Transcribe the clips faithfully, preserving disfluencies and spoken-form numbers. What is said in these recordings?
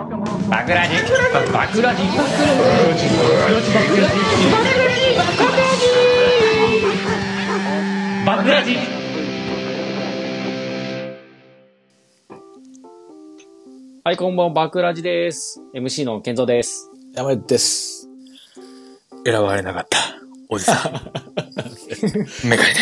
バクラジバクラジバクラジ。はい、こんばんは、バクラジです。エムシー の健三です。 山根です。 選ばれなかったおじさんメガネです。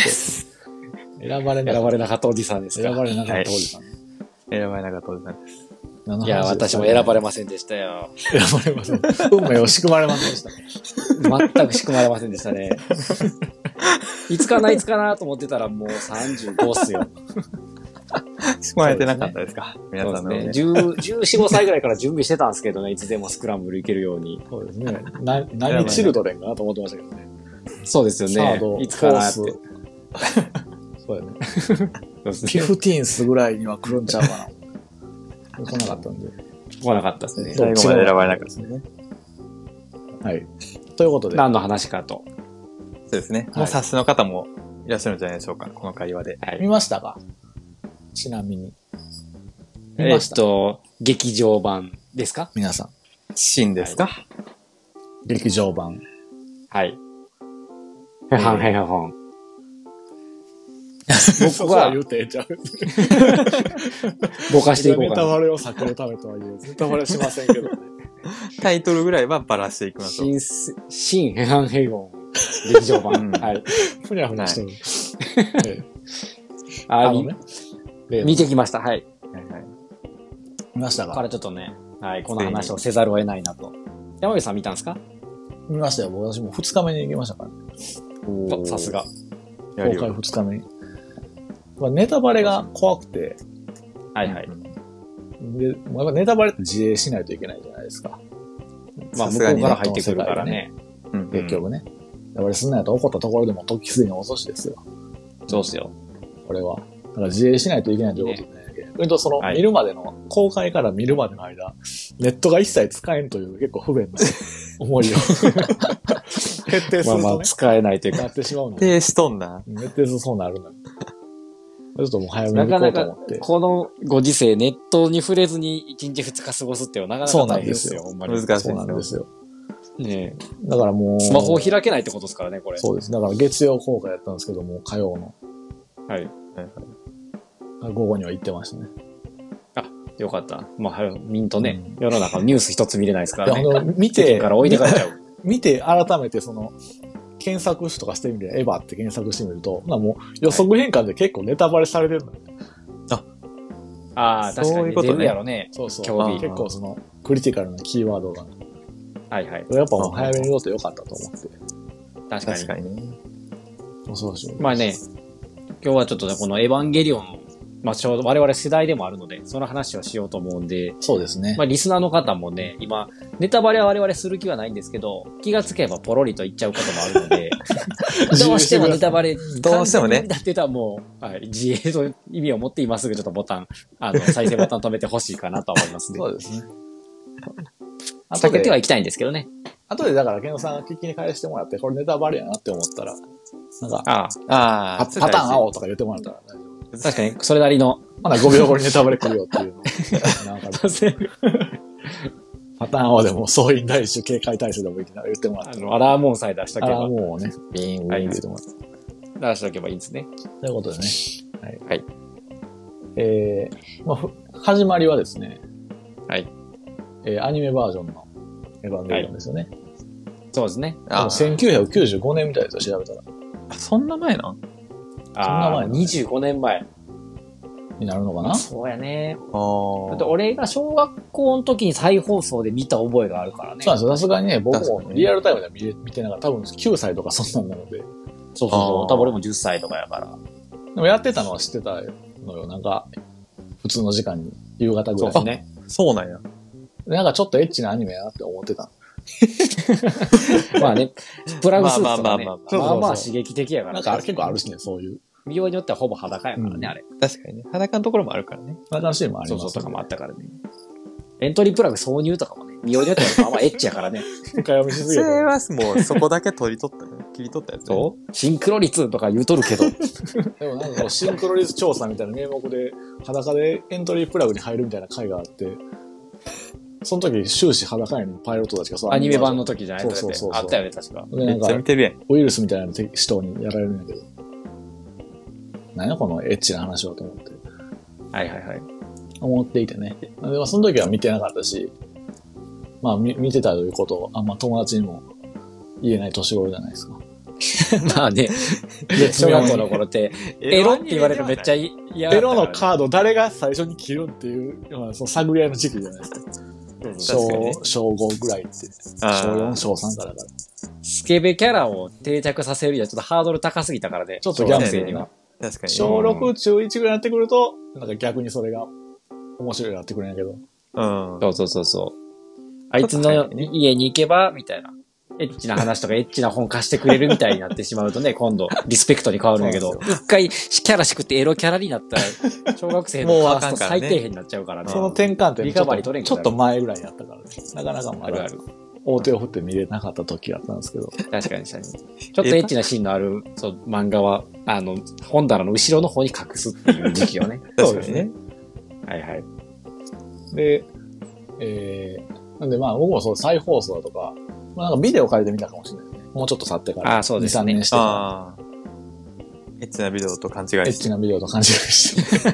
選ばれな選ばれなかったおじさんですか。 選ばれなかったおじさん、 はい、選ばれなかったおじさんです。 いや、私も選ばれませんでしたよ。 選ばれません。運命を仕組まれませんでした。 全く仕組まれませんでしたね。いつかないつかなと思ってたらもうさんじゅうごっすよ。 仕組まれてなかったですか、ね、皆さんのね。 じゅうよん、ごさいぐらいから準備してたんですけどね、いつでもスクランブル行けるように。 そうですね。な、何チルドレンかなと思ってましたけどね。 そうですよね。 サード、 いつかなって。 そうやね。フィフティーンスぐらいには来るんちゃうかな。来なかったんで。 来なかったですね。 最後まで選ばれなかったですね。 はい。ということで。 何の話かと。 そうですね。はい、もう察しの方もいらっしゃるんじゃないでしょうか、この会話で。 はい、見ましたか？ちなみに。 えっと、劇場版ですか？ 皆さん。 シーンですか？はい、 劇場版。 はい。へはんへはん。 僕は言うてえちゃう。 ぼかしていこうかな。 ネタバレを避けるためとは言う。ネタバレしませんけどね。 タイトルぐらいはバラしていきましょう。 新へはんへゴン劇場版。はい。 ふにゃふにゃしてる。 あのね。見てきました。はい。 はいはい。 見ましたか？ からちょっとね、はい、この話をせざるを得ないなと。山口さん見たんですか？ 見ましたよ。私も二日目に行きましたからね。さすが。 公開二日目に。ネタバレが怖くて。 はいはい。 で、ネタバレって自衛しないといけないじゃないですか。 まあ、向こうから入ってくるからね。 うん、結局ね。ネタバレすんないと怒ったところでも時すでに遅しですよ。 そうっすよ。 これは。だから自衛しないといけないということで、ね。逆にとその、見るまでの、公開から見るまでの間、ネットが一切使えんという結構不便な思いを決定すると、ね。 まあまあ使えないというか。 なってしまうの。 停止とんな。 決定するそうなるのよ。ちょっともう早めに行こうと思って。 なかなかこのご時世ネットに触れずにいちにちふつか過ごすっていうのはなかなか大変ですよ。 難しい。 そうなんですよ。 ねえ。 だからもう。 スマホを開けないってことですからね、これ。 そうです。だから月曜公開やったんですけども、火曜の。 はい。はいはい。午後には行ってましたね。 あ、よかった。まあ、ミントね、うん、世の中ニュース一つ見れないですからね。 いや、あの、見て、 から置いてかれちゃう。 見て、改めてその、検索とかしてみて、エヴァって検索してみると、もう予測変換で結構ネタバレされてるのよ。 あ、 ああ、確かに。そういうことね。やろね。 そうそう。結構その、クリティカルなキーワードが。 はいはい。 やっぱもう早めに言おうとよかったと思って。 確かに。 確かにね。 そうそう。 まあね、今日はちょっとね、このエヴァンゲリオン、まあちょうど我々世代でもあるので、その話をしようと思うんで。 そうですね。 まあリスナーの方もね、今、ネタバレは我々する気はないんですけど、気がつけばポロリと言っちゃうこともあるので、どうしてもネタバレ、 どうしてもね。 だってたらもう、はい、自衛と意味を持って今すぐちょっとボタン、あの、再生ボタン止めてほしいかなと思いますね。 そうですね。 避けてはいきたいんですけどね。 後でだから、ケンさんが聞きに返してもらって、これネタバレやなって思ったら、なんか、 あああパターン青とか言ってもらったら大丈夫。 確かに、それなりの。 まだごびょうごにネタバレ来るよっていうの。なんかパターン青でも、総員第一種警戒体制でもいきなり言ってもらったら。 あの、アラーモンさえ出しとけば。 アラーモンをね、ビーン、ビーンって言ってもらった。出しとけばいいんですね。 ということでね。はい。 はい。 えー、まあ、始まりはですね。 はい。 えー、アニメバージョンのエヴァンゲリオンですよね。はい、 そうですね。 あせんきゅうひゃくきゅうじゅうごねんみたいですよ、調べたら。 あ、そんな前なあそんな前、ね、にじゅうごねんまえ。 になるのかな。 そうやね。 あだって俺が小学校の時に再放送で見た覚えがあるからね。 そうなんですよ。さすがにね、僕もリアルタイムでは見れ見てながら、多分きゅうさいとかそんなんなので。 そうそうそう。多分俺もじゅっさいとかやから。 でもやってたのは知ってたのよ。なんか、普通の時間に、夕方ぐらいそうですね。 そうなんや。 なんかちょっとエッチなアニメやなって思ってた。 まあね、プラグスーツとかね、 まあまあまあまあまあ刺激的やから、 ね。なんか結構あるしね、そういう。 美容によってはほぼ裸やからね、うん、あれ。 確かにね。裸のところもあるからね。 裸のシーンもあります、ね。 そうそうとかもあったからね。エントリープラグ挿入とかもね、美容によってはまあまあエッチやからね。 深読みしすぎる。それはもうそこだけ取り取ったね。切り取ったやつ、ね。 そうシンクロ率とか言うとるけど。 でもなんかシンクロ率調査みたいな名目で、裸でエントリープラグに入るみたいな回があって、 その時終始裸やのパイロットたちがそうアニメ版の時じゃないそうそうそうそうあったよね、確か。 で、なんかめっちゃ見、てるやん。 ウイルスみたいな人にやられるんやけど。何やこのエッチな話をと思って。 はいはいはい。 思っていてね。でもその時は見てなかったし、まあ見見てたということをあんま友達にも言えない年頃じゃないですか。 まあね、小学校の頃って、エロって言われるめっちゃ嫌だったからね。 エロのカード誰が最初に切るっていう、まあ、その探り合いの時期じゃないですか。小、 ね、 小ごぐらいって。小よん、小さんからだから。 スケベキャラを定着させるにはちょっとハードル高すぎたからね。 ちょっとギャン生には。 確かに。 小ろく、中いちぐらいになってくると、なんか逆にそれが面白いなってくるんやけど。 うん。 そうそうそうそう。あいつの家に行けば、みたいな。エッチな話とかエッチな本貸してくれるみたいになってしまうとね、今度、リスペクトに変わるんだけど、一回キャラしくってエロキャラになったら、小学生のファースト最底辺になっちゃうからね。 その転換点リカバリー取れんちょっと前ぐらいやったからね。なかなかまだ、大手を振って見れなかった時やったんですけど。 確かに確かに。ちょっとエッチなシーンのある、そう、漫画は、あの、本棚の後ろの方に隠すっていう時期をね。 そうですね。 はいはい。 で、えー、なんでまあ僕もそう再放送だとか、まあなんかビデオ借りてみたかもしれないですね。もうちょっと経ってから。 ああ、そうですね。 に、さんねんしてから。 ああ。エッチなビデオと勘違いして。 エッチなビデオと勘違いして。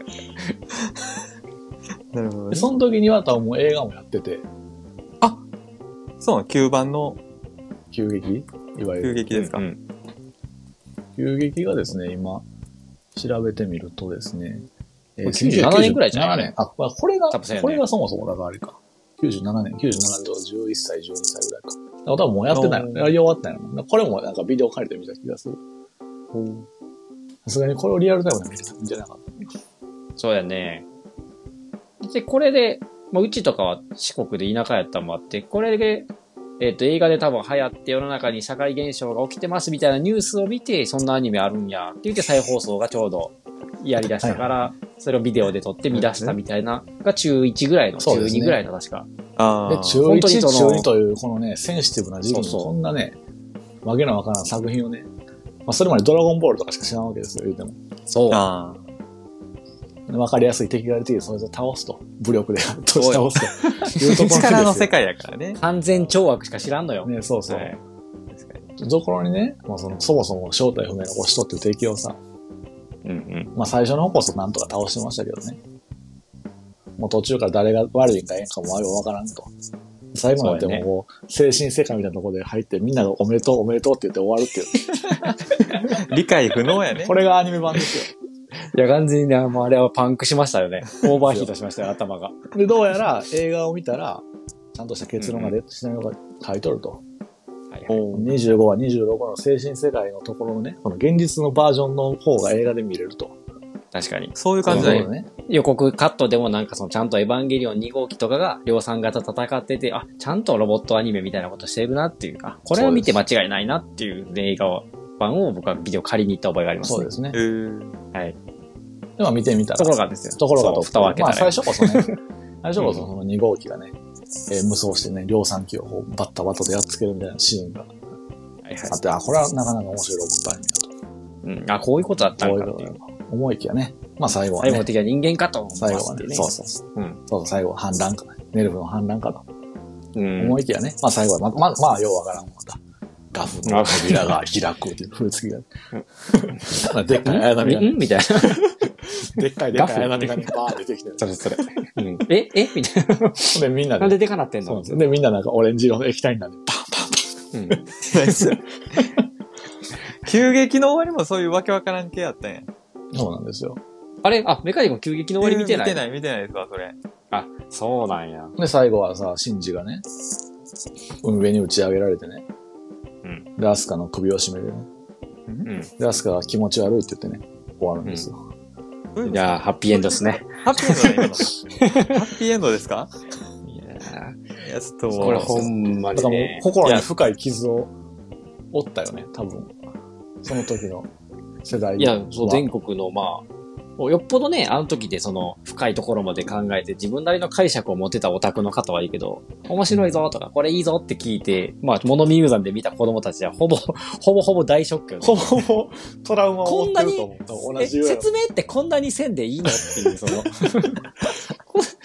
なるほど、ね。 その時には多分もう映画もやってて。 あそうなの、きゅうばんの。 急激いわゆる。 急激ですか、うん、 急激がですね、今、調べてみるとですね。 えー、きゅうじゅうななねんくらいじゃない ?なな年。あ、これが、 ね、 これがそもそもだからあれか。きゅうじゅうななねん、きゅうじゅうななねんとじゅういっさい、じゅうにさいぐらいか。だから多分もうやってないの。やり終わったんやろ。これもなんかビデオ借りてみた気がする。さすがにこれをリアルタイムで見てたんじゃなかった。 そうやね。で、これで、まあ、うちとかは四国で田舎やったのもあって、これで、えっと、映画で多分流行って世の中に社会現象が起きてますみたいなニュースを見て、そんなアニメあるんやって言って再放送がちょうどやり出したから、はい、それをビデオで撮って見出したみたいな、が中いちぐらいの、中にぐらいの確か。 あで、中いち、中にというこのね、センシティブな時期にこんなね、わけのわからん作品をね、まあそれまでドラゴンボールとかしか知らんわけですよ、言うても。 そう。 あわかりやすい敵が出てきて、それを倒すと。武力で倒すと。 いうところ力の世界やからね。 完全懲悪しか知らんのよ。 ね、そうそう。はい、確かに。ところにね、まあ、その、そもそも正体不明の推しとっていう敵をさ、 うんうん。 まあ最初の方こそなんとか倒してましたけどね。もう途中から誰が悪いんかええんかもよくわからんと。最後になってもこう、精神世界みたいなところで入って、みんながおめでとうおめでとうって言って終わるっていう。 理解不能やね。 これがアニメ版ですよ。 いや、完全にね、もうあれはパンクしましたよね。オーバーヒートしましたよ、頭が。 で、どうやら映画を見たら、ちゃんとした結論が出て、シナリオが書いとると。はいはい、にじゅうごわ、にじゅうろくわの精神世界のところのね、この現実のバージョンの方が映画で見れると。 確かに。 そういう感じだよね。 予告カットでもなんかそのちゃんとエヴァンゲリオンに号機とかが量産型戦ってて、あ、ちゃんとロボットアニメみたいなことしてるなっていう、あ、これを見て間違いないなっていう、ね、映画版を僕はビデオ借りに行った覚えがありますね。 そうですね。 はい。 でも見てみたら。 ところがですよ。 ところがと。 蓋を開けたら。 まあ最初こそね、最初こそそのに号機がね、えー、無双してね、量産機をこうバッタバタとやっつけるみたいなシーンがあって、あ、これはなかなか面白いロボットアニメだと。 うん。あ、こういうことだったんかっていう。 思いきやね。まあ最後はね。 最後的には人間かと思最後はね。そうそうそう。うん。そうそう、最後は反乱か。ネルフの反乱かと。うん。思いきやね。まあ最後は、ま、ま、まあ、ようわからんまた。ガフの扉が開くっていう風付きが。でっかい綾波が。 んみたいな。 でっかいでっかい綾波がね、バーン出てきてる。 それそれ。うん、ええみたいな。 で、みんなで。 なんででかなってんので、みんななんかオレンジ色の液体になって、パンパンパン。うん。ナイス。 急激の終わりもそういうわけわからん系やったんや。 そうなんですよ。 あれあ、メカニックも急激の終わり見てない、 見てない、見てないですわ、それ。 あ、そうなんや。 で、最後はさ、シンジがね、海辺に打ち上げられてね。うん。で、アスカの首を絞めてね。うん。で、アスカが気持ち悪いって言ってね、終わるんですよ。 うん、じゃあ、ハッピーエンドですね。 ハッピーエンドね、ハッピーエンドですかいやー。いや、ちょっともう。これほんまに、ね。 だからもう、心に深い傷を負ったよね、多分。その時の世代。 いや、そう、全国の、まあ、よっぽどね、あの時でその深いところまで考えて自分なりの解釈を持ってたオタクの方はいいけど、面白いぞとか、これいいぞって聞いて、まあ、モノミューザンで見た子供たちはほぼ、ほぼほぼ大ショックよね。 ほぼほぼトラウマを持ってると思う。 こんなに、説明ってこんなにせんでいいのっていう、その、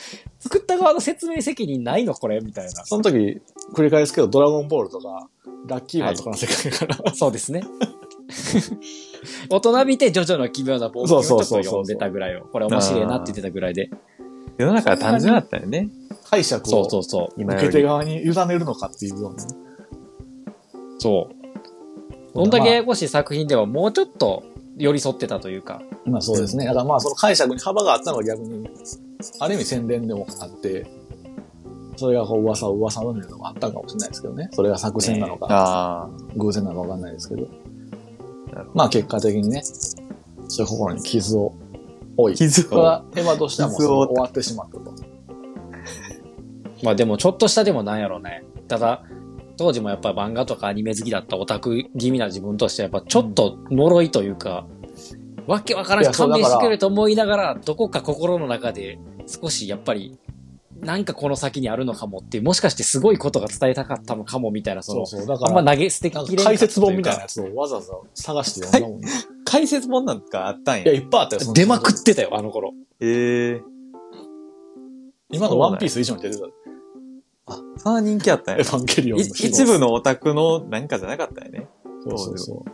作った側の説明責任ないのこれみたいな。 その時、繰り返すけど、ドラゴンボールとか、ラッキーマンとかの世界から、 はい、そうですね。大人見て、ジョジョの奇妙な冒険をちょっと読んでたぐらいを。これ面白いなって言ってたぐらいで。 世の中は単純だったよね。 解釈を、 そうそうそう。 受け手側に委ねるのかっていうような。 そう。どんだけややこしい作品ではもうちょっと寄り添ってたというか。 まあそうですね。だからまあその解釈に幅があったのが逆に、ある意味宣伝でもあって、それがこう噂を噂のようなのがあったかもしれないですけどね。それが作戦なのか、ね、偶然なのかわかんないですけど。まあ結果的にね、そういう心に傷を負い、傷がエヴァとしてはもう終わってしまったと。 まあでもちょっとしたでもなんやろうね。ただ、当時もやっぱ漫画とかアニメ好きだったオタク気味な自分としてはやっぱちょっと呪いというか、うん、わけわからんし勘弁してくれと思いながら、どこか心の中で少しやっぱり、なんかこの先にあるのかもっていう、もしかしてすごいことが伝えたかったのかもみたいな、その、そうそうだからあんま投げ捨てきれない。 解説本みたいなやつをわざわざ探して読んだもんね。 解説本なんかあったんや。 いや、いっぱいあったよ。 出まくってたよ、あの頃。 ええー。 今のワンピース以上に出てた。 あ、そんな人気あったんや。 エヴァンゲリオンの一部のオタクの何かじゃなかったよね。 そうそうそう。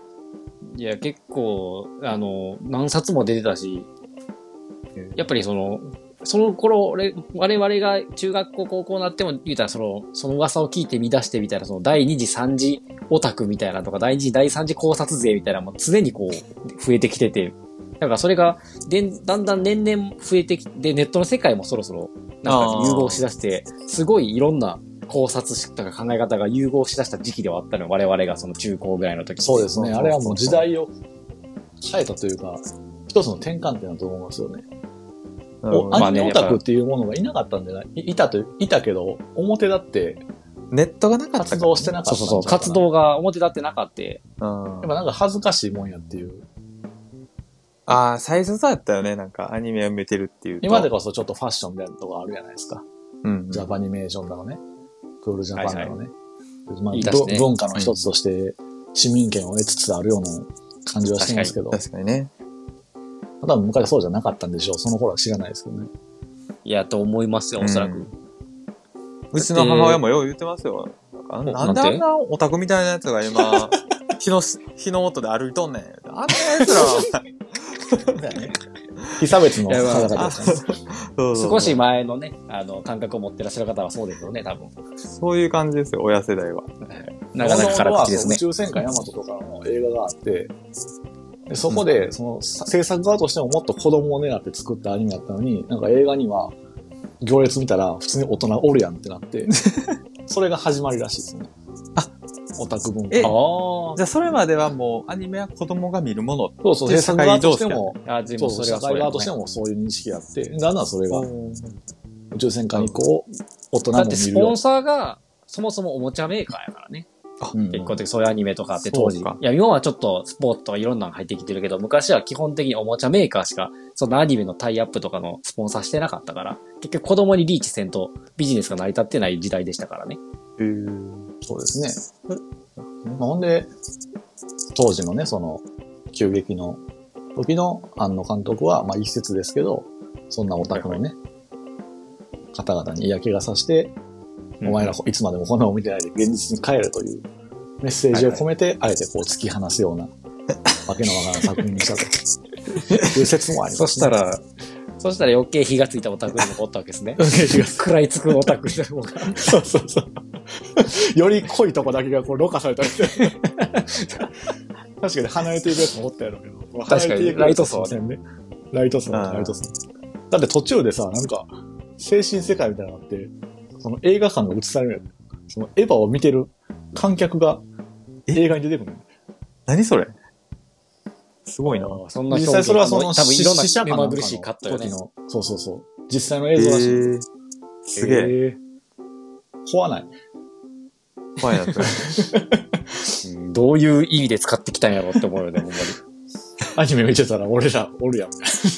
いや、結構、あの、何冊も出てたし、やっぱりその、その頃、俺、我々が中学校、高校になっても言うたら、その、その噂を聞いて見出してみたいな、その第二次、三次オタクみたいなとか、第二次、第三次考察勢みたいなも常にこう、増えてきてて、だからそれが、で、だんだん年々増えてきて、ネットの世界もそろそろ、なんか融合しだして、すごいいろんな考察とか考え方が融合しだした時期ではあったのよ。我々がその中高ぐらいの時。 そうですね。あれはもう時代を変えたというか、一つの転換点だと思いますよね。アニメオタクっていうものがいなかったんじゃない、いたと、いたけど、表立って、 ネットがなかった、 活動してなかった。 そうそうそう、活動が表立ってなかった。やっぱなんか恥ずかしいもんやっていう。 ああ、最初そうやったよね。なんかアニメを見てるっていうと。 今でこそちょっとファッションみたいなとこあるじゃないですか。 うん、うん。 ジャパニメーションだのね。クールジャパンだのね。はいはい、まあ、 いいね、 文化の一つとして市民権を得つつあるような感じはしてますけど。 確かにね。 多分昔そうじゃなかったんでしょう。その頃は知らないですけどね。 いや、と思いますよ、おそらく。うん、 うちの母親もよう言ってますよ。なんであんなオタクみたいなやつが今、日の、日の元で歩いとんねん。あんなやつら。 被差別の方々ですね。 少し前のね、あの、感覚を持ってらっしゃる方はそうですよね、多分。 そういう感じですよ、親世代は。 なかなか辛口ですね。 宇宙戦艦ヤマトとかの映画があって、でそこで、その、制作側としてももっと子供を狙って作ったアニメだったのに、なんか映画には、行列見たら普通に大人おるやんってなって、それが始まりらしいですね。あ、オタク文化。 え、あじゃあそれまではもうアニメは子供が見るもの。 そうそう、制作側としても、 あ、でもそれは社会側としてもそういう認識があって、だんだんそれが、宇宙戦艦以降、大人も見るよ。 だってスポンサーが、そもそもおもちゃメーカーやからね。結構的そういうアニメとかって当時。いや、今はちょっとスポーツとかいろんなのが入ってきてるけど、昔は基本的におもちゃメーカーしか、そのアニメのタイアップとかのスポンサーしてなかったから、結局子供にリーチせんとビジネスが成り立ってない時代でしたからね。 へー、そうですね。ほんで、当時のね、その、急激の時の庵野監督は、まあ一説ですけど、そんなオタクのね、方々に嫌気がさして、お前らいつまでもこんなの見てないで現実に帰れというメッセージを込めて、あえてこう突き放すような、わけのわからん作品にしたという説もあります、ね。 そしたら、そしたら余計火がついたオタクにもおったわけですね。食らいつくオタクにもが。 そうそうそう。より濃いとこだけがこう、ろ過されたみたいな。確かに離れていくやつもおったやろうけど。 確かに、ライト層ね。 ライト層、ライト層。だって途中でさ、なんか、精神世界みたいなのがあって、その映画館が映されるやつ。そのエヴァを見てる観客が映画に出てくる。 何それすごいな。 そんな実際それはその多分いろんな死者かなんかの目まぐるしいカットよね。 そうそうそう。実際の映像らしい。 すげえ。 怖ない。 怖いなって。 どういう意味で使ってきたんやろって思うよね、ほんまに。 アニメ見てたら俺らおるやん。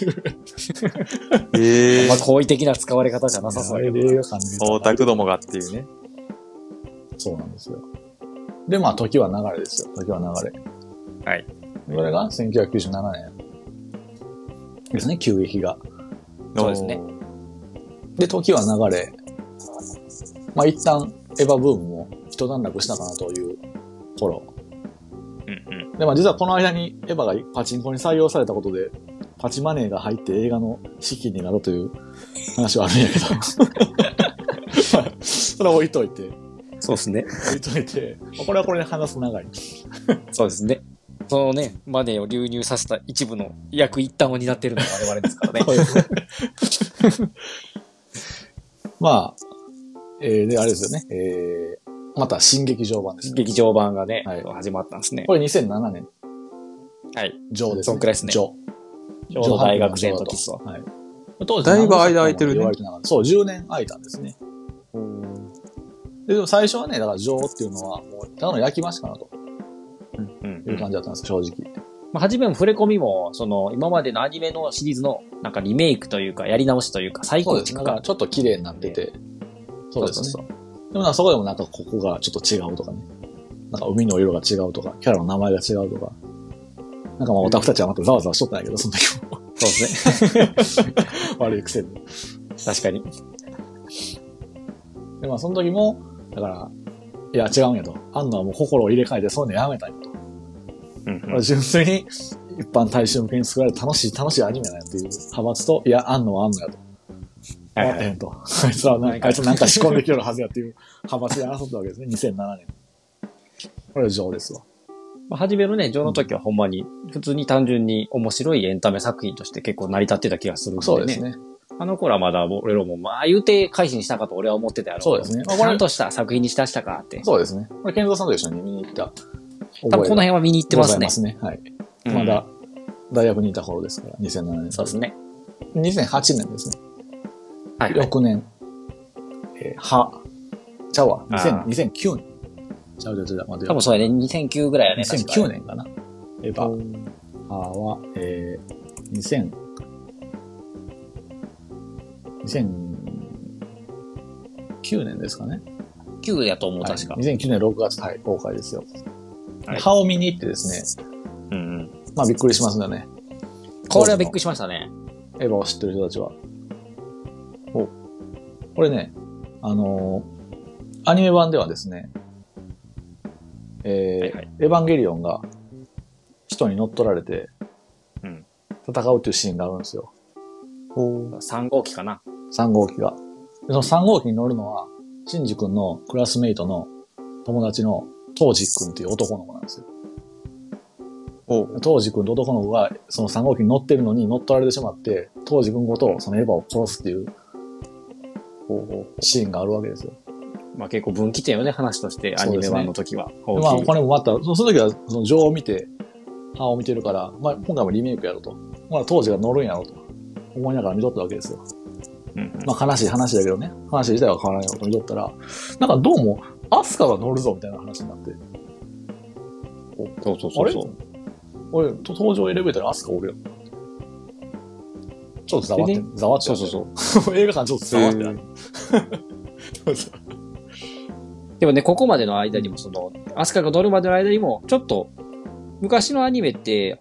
ええー。 まあ好意的な使われ方じゃなさそうやけど。 映画館でオタクどもがっていうね。 そうなんですよ。で、まあ時は流れですよ。時は流れ。 はい。 これがせんきゅうひゃくきゅうじゅうななねんですね、急激が。 そうですね。 で、時は流れ、まあ一旦エヴァブームも一段落したかなという頃。 うんうん。 で、まあ実はこの間にエヴァがパチンコに採用されたことで、パチマネーが入って映画の資金になるという話はあるんやけど。まあ、それは置いといて。 そうですね。 置いといて。これはこれで話す長い。 そうですね。そのね、マネーを流入させた一部の役一端を担っているのが我々ですからね。 そうですね。まあ、えー、で、あれですよね。えー、また新劇場版です、ね。 劇場版がね、 はい、 始まったんですね。 これにせんななねん。 はい。 ジョーですね。 そんくらいですね。 ジョー。 ちょうど大学生の時っすわ。 はい。当時だいぶ間空いてるね。 そう、じゅうねん空いたんですね。で、でも最初はね、だからジョーっていうのは、もう、ただの焼き増しかなと。うん。いう感じだったんです、正直。 まあ、初めも触れ込みも、その、今までのアニメのシリーズの、なんかリメイクというか、やり直しというか、再構築が。ちょっと綺麗になってて。そうですね。そうそうそうでもなんかそこでもなんかここがちょっと違うとかね。なんか海の色が違うとか、キャラの名前が違うとか。なんかまあオタクたちはまたざわざわしとったんやけど、その時も。 そうですね。 悪い癖で。 確かに。 で、まあその時も、だから、いや違うんやと。アンナはもう心を入れ替えてそういうのやめたんやと。うんうん、純粋に一般大衆向けに作られた楽しい楽しいアニメなんやっていう派閥と、いや、アンナはアンナやと。終わってへんと。あいつはなんか、あいつなんか仕込んできよるはずやっていう派閥で争ったわけですね。にせんななねん。これはジョーですわ。 まあ、初めのね、ジョーの時はほんまに、普通に単純に面白いエンタメ作品として結構成り立ってた気がするんでね。 そうですね。 あの頃はまだ俺らも、まあ言うて改心したかと俺は思ってたやろ。 そうですね。 ちゃんとした作品にしたしたかって。 そうですね。これ、健三さんと一緒に見に行った。 多分この辺は見に行ってますね。 ますね。はい。うん、まだ、大学にいた頃ですから、にせんななねん。 そうですね。 にせんはちねんですね。 はい、 はい。ろくねん。えー、は、ちゃうわ。にせんきゅうねん。ちゃうちゃうちゃう。待てよ。 多分そうやね。にせんきゅうぐらいやね。 にせんきゅうねんかな。エヴァ。はは、えー、にせん、にせんきゅうねんですかね。 きゅうやと思う、確か。 にせんきゅうねんろくがつ、はい、公開ですよ。はい、歯を見に行ってですね。 うんうん。 まあびっくりしますよね。 これはびっくりしましたね。 エヴァを知ってる人たちは。お。これね、あのー、アニメ版ではですね、えーはいはい、エヴァンゲリオンが人に乗っ取られて、うん、戦うというシーンがあるんですよ。 さん号機かな ? さん 号機が。でそのさん号機に乗るのは、シンジ君のクラスメイトの友達のトウジ君っていう男の子なんですよ。トウジ君と男の子がそのさん号機に乗ってるのに乗っ取られてしまって、トウジ君ごとそのエヴァを殺すっていうシーンがあるわけですよ。 まあ結構分岐点よね、話として、アニメ版の時は。 ね、まあこれもまた、その時はその情を見て、歯を見てるから、まあ今回もリメイクやろと。まあ当時が乗るんやろと思いながら見とったわけですよ。うんうん、まあ悲しい話だけどね。話自体は変わらないよと見とったら、なんかどうも、アスカが乗るぞみたいな話になって。 そうそうそうそう。 俺、登場エレベーターにアスカおるよ。ちょっとざわって、ざわって。 そうそうそう。 映画館ちょっとざわってなる。 でもね、ここまでの間にもその、アスカが乗るまでの間にも、ちょっと、昔のアニメって、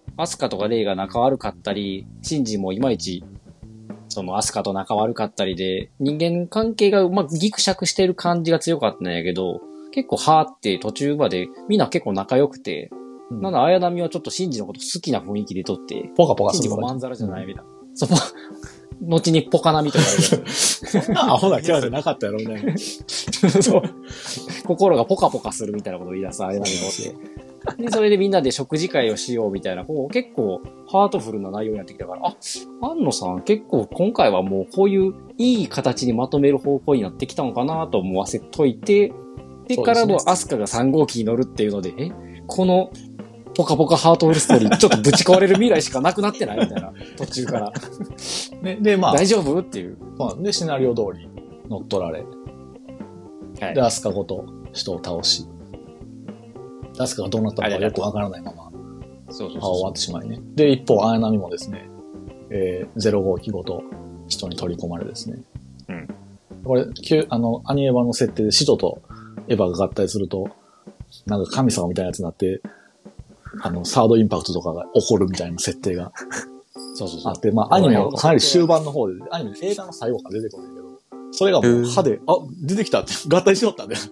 アスカとかレイが仲悪かったり、シンジもいまいち、そのアスカと仲悪かったりで、人間関係がうまくギクシャクしてる感じが強かったんやけど、結構はーって途中までみんな結構仲良くて、うん、なんだ、綾波はちょっとシンジのこと好きな雰囲気でとって、 ポカポカする。シンジもまんざらじゃないみたいな。うん、そこ、後にポカナミとか言われる。 そんなアホなキャラじゃなかったやろ、みたいな。 そう。心がポカポカするみたいなことを言い出す綾波がおって。で、それでみんなで食事会をしようみたいな、こう結構ハートフルな内容になってきたから、あ、安野さん結構今回はもうこういういい形にまとめる方向になってきたのかなと思わせといて、でからのアスカがさん号機に乗るっていうので、え、このポカポカハートフルストーリーちょっとぶち壊れる未来しかなくなってないみたいな、途中から。 で、で、まあ。 大丈夫っていう。 で、シナリオ通り乗っ取られ。はい、で、アスカごと人を倒し。アスカがどうなったのかよくわからないまま、そうそうそうそう終わってしまいね。で、一方、綾波もですね、えー、ゼロ号機ごと人に取り込まれですね。うん。これ、あの、アニメ版の設定で使徒とエヴァが合体すると、なんか神様みたいなやつになって、あの、サードインパクトとかが起こるみたいな設定がそうそうそうあって、まあ、アニメはかなり終盤の方で、アニメ映画の最後から出てこないけど、 それがもう歯で、あ、出てきたって、合体しよったんだよって。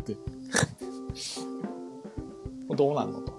どうなんのと。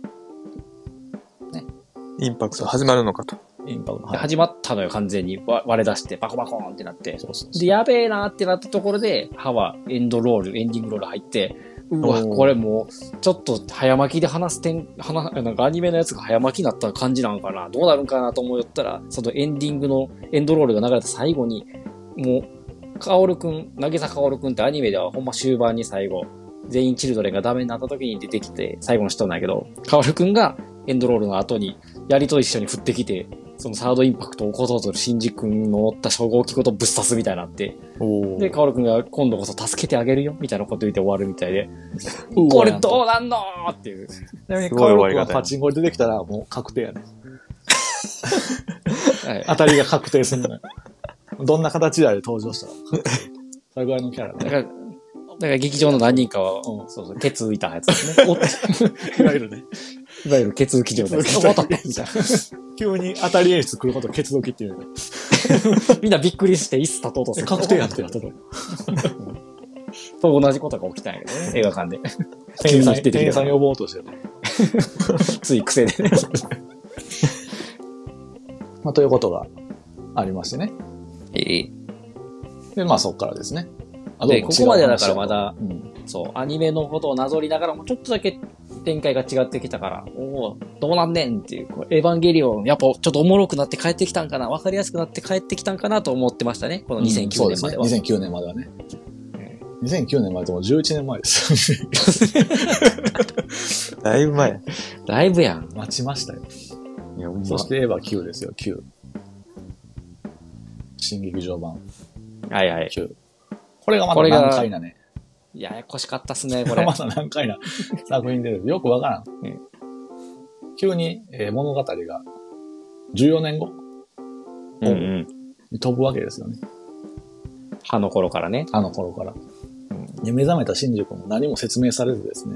ね。インパクト始まるのかと。 インパクト。 はい、始まったのよ、完全に。割れ出して、バコバコーンってなって。そうそうそうで、やべえなーってなったところで、歯はエンドロール、エンディングロール入って、うわ、これもう、ちょっと早巻きで話す点、話、なんかアニメのやつが早巻きになった感じなのかな、どうなるんかなと思いよったら、そのエンディングの、エンドロールが流れた最後に、もう、カオルくん、なぎさかおるくんってアニメではほんま終盤に最後、全員チルドレンがダメになった時に出てきて、最後の人なんやけど、カオルくんがエンドロールの後に、槍と一緒に降ってきて、そのサードインパクトを起こそうとするシンジ君の乗った初号機ごとぶっ刺すみたいになって、で、カオル君が今度こそ助けてあげるよみたいなこと言って終わるみたいで、これどうなんのーっていう。ちなみにカオル君がパチンコで出てきたらもう確定やね。はい、当たりが確定するのよ。どんな形であれ登場したら。それぐらいのキャラね。 だから、だから劇場の何人かは、うん、そうそう、ケツ浮いたやつですね。 いわゆるね。 いわゆるケツ浮き状態です。おっとみたいな。 急に当たり演出来ることをケツ浮きっていう、ね。 みんなびっくりして椅子立とうとする。 確定やってやったと。 と同じことが起きたんやけどね、映画館で。 店員さん、店員さん呼ぼうとしてる。 つい癖でね。 まあ、ということがありましてね。 ええ。 で、まあそっからですね。 あで、ここまでだからまだ、うん、そう、アニメのことをなぞりながらもちょっとだけ展開が違ってきたから、おお、どうなんねんっていう、こうエヴァンゲリオン、やっぱちょっとおもろくなって帰ってきたんかな、わかりやすくなって帰ってきたんかなと思ってましたね、このにせんきゅうねんまでは。 うん、そうですね。にせんきゅうねんまではね。にせんきゅうねんまででもじゅういちねんまえです。 だいぶ前。 だいぶやん。 待ちましたよ。いや、そしてエヴァきゅうですよ、きゅう。新劇場版。 はいはい。 きゅう。これがまだ難解なね。 ややこしかったっすね、これ。 まだ難解な作品で、よくわからん。うん、急に、えー、物語がじゅうよねんご、うんうん、に飛ぶわけですよね。 歯の頃からね。 歯の頃から。うん、で目覚めた新宿も何も説明されずですね。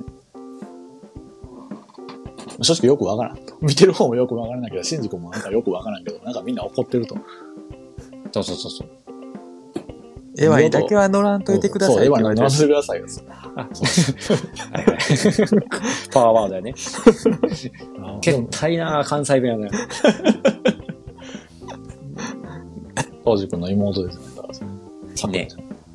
正直よくわからんと。見てる方もよくわからないけど、新宿もなんかよくわからんけど、なんかみんな怒ってると。 そうそうそうそう。 エヴァにだけは乗らんといてください。 そう、エヴァに乗らんといてくださいよ。 あ、そうはいはい。パワーワードだよね。けったいな関西弁やね。 当時君の妹ですね。だからね。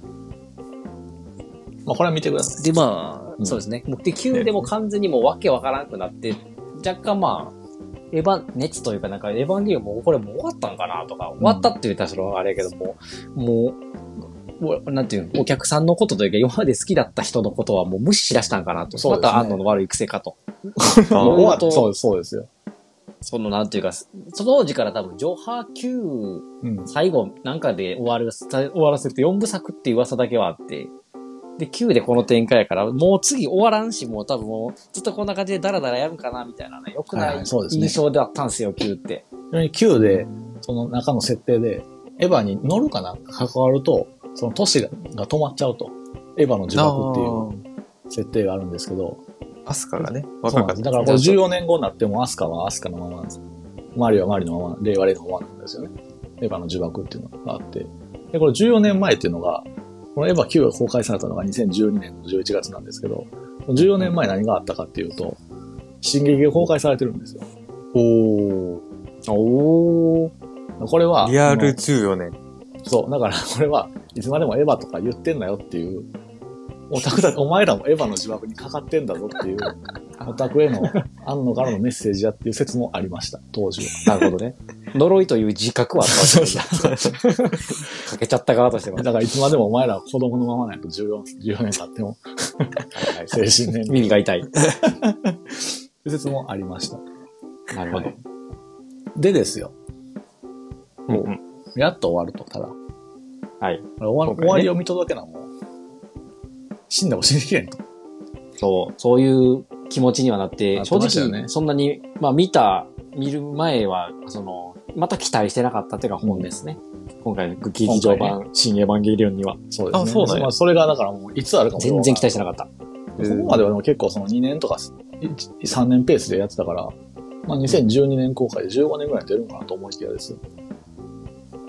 まあこれは見てください。 で、まあ、うん、そうですね。で、きゅうでも完全にもうわけわからなくなって、若干まあ、エヴァ、熱というかなんかエヴァンゲリオンもうこれもう終わったんかなとか、終わったって言ったらそのあれやけども、もう、なんていうの、お客さんのことというか今まで好きだった人のことはもう無視しだしたんかなと。そうですね、また安野の悪い癖かと。 終わった。そうそうですよ。 そのなんていうか、その当時から多分、ジョハきゅう、うん、最後なんかで終わる、終わらせるとよんぶ作っていう噂だけはあって、で、きゅうでこの展開やから、もう次終わらんし、もう多分もう、ずっとこんな感じでダラダラやるかな、みたいなね、良くない印象だったんですよ、きゅうって。 きゅうで、その中の設定で、エヴァに乗るかな関わると、その都市が止まっちゃうと。エヴァの呪縛っていう設定があるんですけど。 アスカがね、 若かった。だからこれじゅうよねんごになってもアスカはアスカのままなんです。マリはマリのまま、レイはレイのままなんですよね。エヴァの呪縛っていうのがあって。で、これじゅうよねんまえっていうのが、このエヴァきゅうが公開されたのがにせんじゅうにねんのじゅういちがつなんですけど、じゅうよねんまえ何があったかっていうと、進撃が公開されてるんですよ。 おー。おー。 これは、 リアルじゅうよねん。 そう。だからこれはいつまでもエヴァとか言ってんなよっていう、オタクだ、お前らもエヴァの呪縛にかかってんだぞっていう、オタクへの、安野からのメッセージやっていう説もありました、当時は。なるほどね。呪いという自覚はあったわけです。かけちゃった側としては。 だからいつまでもお前らは子供のままないとじゅうよん、じゅうよねん経っても。はい、精神年齢。 耳が痛い。 説もありました。 なるほど。 でですよ。 うんうん、 やっと終わると、ただ。 はい。 終わ、ね、終わりを見届けなもう、死んでも死にきれんと。 そう、そういう気持ちにはなって、正直、そんなに、まあ見た、見る前は、その、また期待してなかったというか本ですね。うん、今回の劇場版、ね、新エヴァンゲリオンには。 そうですね。 あ、そうだね。 それがだからもう、いつあるかも全然期待してなかった。 ここまではでも結構そのにねんとかさんねんペースでやってたから、まあにせんじゅうにねん公開でじゅうごねんぐらい出るのかなと思いきやです。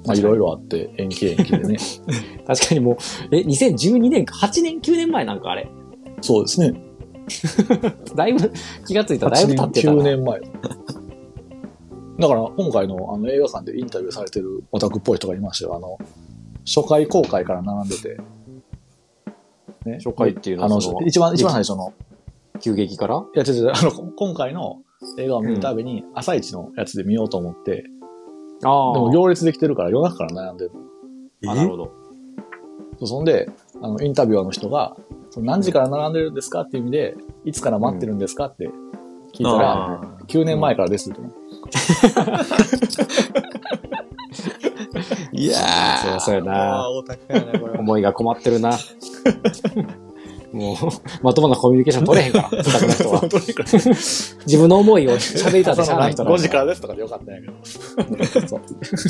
まあいろいろあって、延期延期でね。 確かにもう、え、にせんじゅうにねんか、はちねん、きゅうねんまえなんかあれ。 そうですね。 だいぶ、気がついたらだいぶ経ってたな。 はちねん、きゅうねんまえ。だから、今回のあの映画館でインタビューされてるオタクっぽい人がいましたよ。あの、初回公開から並んでて。 ね、初回っていうのはあの、一番、一番最初の。 急激からいや、違う違う、あの、今回の映画を見るたびに、朝一のやつで見ようと思って、ああ。でも行列できてるから夜中から悩んでる。 あ、なるほど。 そう、そんで、あの、インタビュアーの人が、何時から並んでるんですかっていう意味で、いつから待ってるんですかって聞いたら、うん、きゅうねんまえからですって、ね。 いやー、そうやな。思いが困ってるな。もう、まともなコミュニケーション取れへんから、オタクの人は。自分の思いを喋りたってしゃあない人なんごじからですとかでよかったんやけど。そう。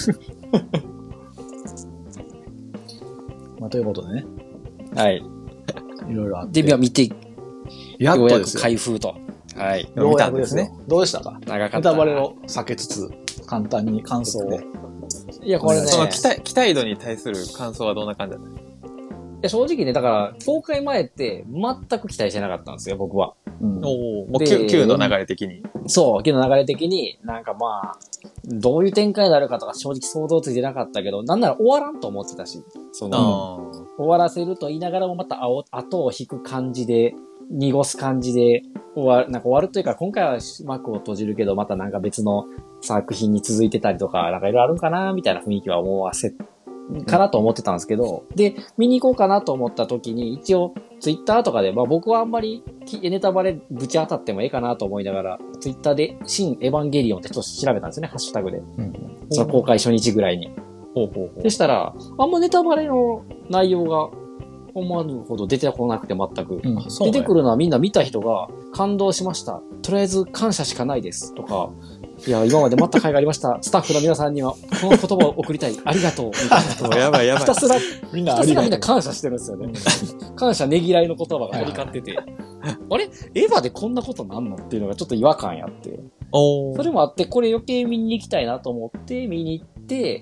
まあ、ということでね。 はい。 いろいろあって。 デビュー見て、 やっとですよ。開封と。はい。 ようやくですね。どうでしたか？ 長かった。 ネタバレを避けつつ、簡単に感想を。 いや、これね。 その期待、期待度に対する感想はどんな感じだった？ いや、正直ね、だから、公開前って全く期待してなかったんですよ、僕は。 うん、おもう Q, Q の流れ的に。 そう、Q の流れ的に、なんかまあ、どういう展開になるかとか正直想像ついてなかったけど、なんなら終わらんと思ってたし、その、終わらせると言いながらもまた後を引く感じで、濁す感じで終わる、なんか終わるというか、今回は幕を閉じるけど、またなんか別の作品に続いてたりとか、なんかいろいろあるんかな、みたいな雰囲気は思わせかなと思ってたんですけど、で、見に行こうかなと思った時に、一応、ツイッターとかで、まあ僕はあんまりネタバレぶち当たってもええかなと思いながら、ツイッターで、新エヴァンゲリオンってちょっと調べたんですよね、ハッシュタグで。うん、その公開初日ぐらいに。ほうほうほう。でしたら、あんまネタバレの内容が思わぬほど出てこなくて全く。うん、出てくるのはみんな見た人が感動しました。とりあえず感謝しかないです。とか、いや、今まで待った甲斐がありました。スタッフの皆さんには、この言葉を送りたい。ありがとう。みたいな。 やばいやばい。 ひたすら、 みんなひたすらみんな感謝してるんですよね。感謝ねぎらいの言葉が飛び交ってて。あれエヴァでこんなことなんのっていうのがちょっと違和感やって。それもあって、これ余計見に行きたいなと思って見に行って、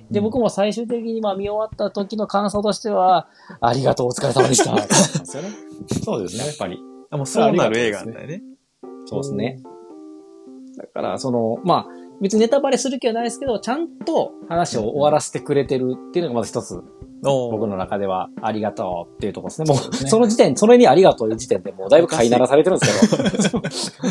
で、僕も最終的にまあ見終わった時の感想としては、ありがとう、お疲れ様でした。って思ったんですよね。 そうですね。 やっぱり。 もうそうなる映画なんだよね。 そうですね。だから、その、まあ、別にネタバレする気はないですけど、ちゃんと話を終わらせてくれてるっていうのがまず一つ、僕の中ではありがとうっていうところですね。もう、その時点、それにありがとういう時点でもうだいぶ飼いならされてるんですけど。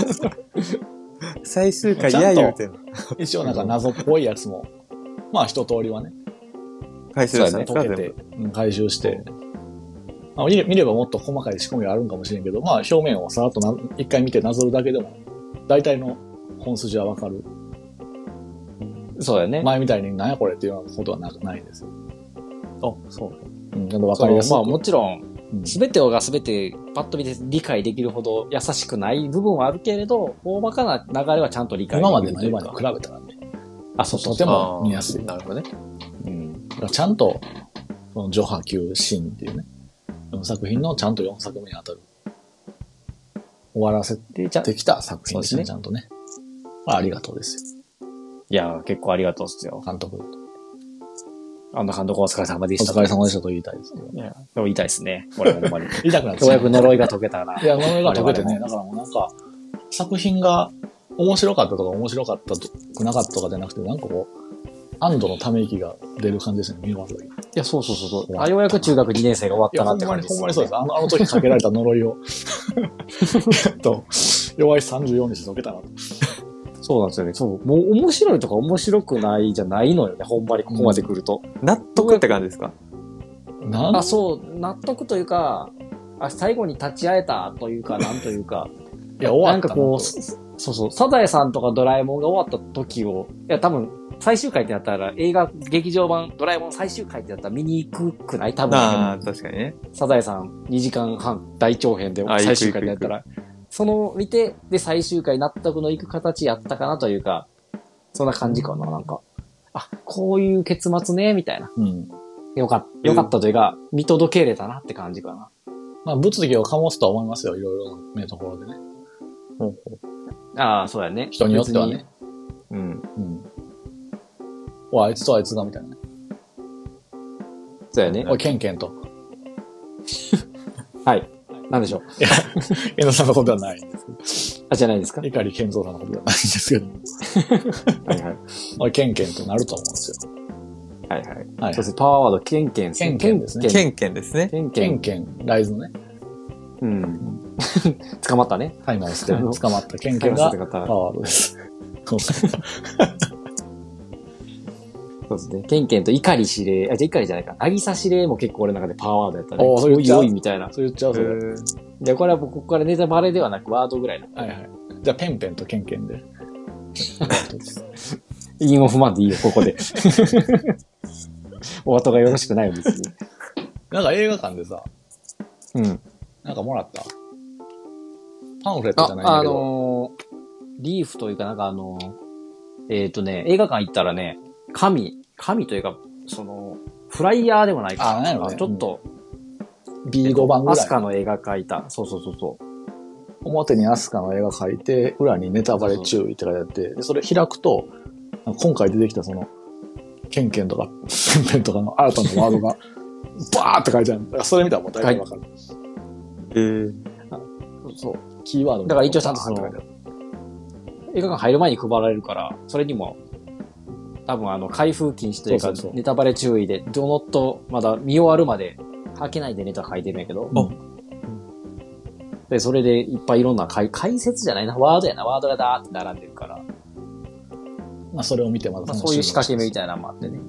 最終回嫌言うてんの。 一応なんか謎っぽいやつも、まあ一通りはね、 回収したね、解けて、うん、回収して、まあ、見れ見ればもっと細かい仕込みがあるんかもしれんけど、まあ表面をさらっとな一回見てなぞるだけでも、大体の本筋はわかる。 そうだよね。 前みたいに何やこれっていうようなことはなないんですよ。 あ、そう。 うん、わかりやすい。 まあもちろん、すべてがすべてパッと見て理解できるほど優しくない部分はあるけれど、大まかな流れはちゃんと理解できる。 今までの今に比べたらね。 あ、そうそう。 とても見やすい。 なるほどね。 うん。だからちゃんと、その、序波級シーンっていうね、よんさく品のちゃんとよんさくめに当たる。終わらせてきた作品ですね、ちゃんとね。まあ、ありがとうですよ。 いや、結構ありがとうっすよ。 監督。 あの監督お疲れ様でした。 お疲れ様でしたと言いたいですけど。 いや、でも言いたいですね。これほんまに。 言いたくなって。 ようやく呪いが解けたな。 いや、呪いが解けてね。だからもうなんか、作品が面白かったとか面白かったとなかったとかじゃなくて、なんかこう、安堵のため息が出る感じですね、見終わった時。いや、そうそうそうそう。あ、ようやく中学にねん生が終わったなって感じです、 ね。ほんまに、ほんまにそうです。あの、あの時かけられた呪いを、やっと、弱いさんじゅうよんにち解けたなと。 そうなんですよね。そう。もう面白いとか面白くないじゃないのよね。ほんまにここまで来ると。 うん、納得って感じですか？ なんあ、そう。納得というか、あ、最後に立ち会えたというか、なんというか。 いや、終わったなんかこう、そうそう。サザエさんとかドラえもんが終わった時を、いや、多分、最終回ってなったら、映画、劇場版、ドラえもん最終回ってなったら見に行くくない多分。 ああ、確かにね。 サザエさんにじかんはん大長編で最終回ってなったら、その見て、で最終回納得のいく形やったかなというか、そんな感じかな、なんか。あ、こういう結末ね、みたいな。 うん。 よかった、よかったというか、見届けれたなって感じかな。 まあ、物議を醸すとは思いますよ、いろいろなところでね。 ほうほう。ああ、そうやね。 人によってはね。 うん。うん。 お、あいつとあいつがみたいなね。 そうやね。 おい、ケンケンと。 はい。なんでしょう。 いや、遠藤さんのことではないんですけど。 あ、じゃないですか。 碇健三さんのことではないんですけど。 はいはい。 おい、ケンケンとなると思うんですよ。 はいはい。 はいそしてパワーワード、ケンケン。 ケンケンですねケンケンですね。 ケンケン。 ケンケン、ライズのね、 うん。捕まったね。 タイマーを捨て捕まったケンケンがパワードです。 そうですね。ケンケンと碇司令、あ、じゃ碇じゃないか。渚司令も結構俺の中でパワーワードやったね。 おーそれ言っちゃうおいおいみたいな。 そう言っちゃう、それ。 じゃあこれはここからネタバレではなくワードぐらいの。 はいはい。じゃあ、ペンペンとケンケンで。 韻を踏まんでいいよ、ここで。お後がよろしくないよ、別に。 なんか映画館でさ、 うん。 なんかもらったパンフレットじゃないんあ、あだけど。 のー、リーフというかなんかあのー、えっとね、映画館行ったらね、紙、紙というか、その、フライヤーでもないかあなんやろねちょっと、 ビーご 番ぐアらい。 スカの映画描いた。そうそうそうそう。 表にアスカの絵が描いて、裏にネタバレ注意って書いてあって、でそれ開くと、今回出てきたその、ケンケンとか、ペンペンとかの新たなワードが、バーって書いてある。だからそれ見たらもう大体わかる。 えー、 そう。 キーワードだから一応ちゃんとそのバーって書いて映画館入る前に配られるから、それにも、多分あの、開封禁止というか、 そうそうそうネタバレ注意で、どのっと、まだ見終わるまで、開けないでネタ書いてるんやけど、 あるで、それでいっぱいいろんな解解説じゃないな、ワードやな、ワードがダーって並んでるから、 まあそれを見てままたあそういう仕掛けみいたいなのもあってね。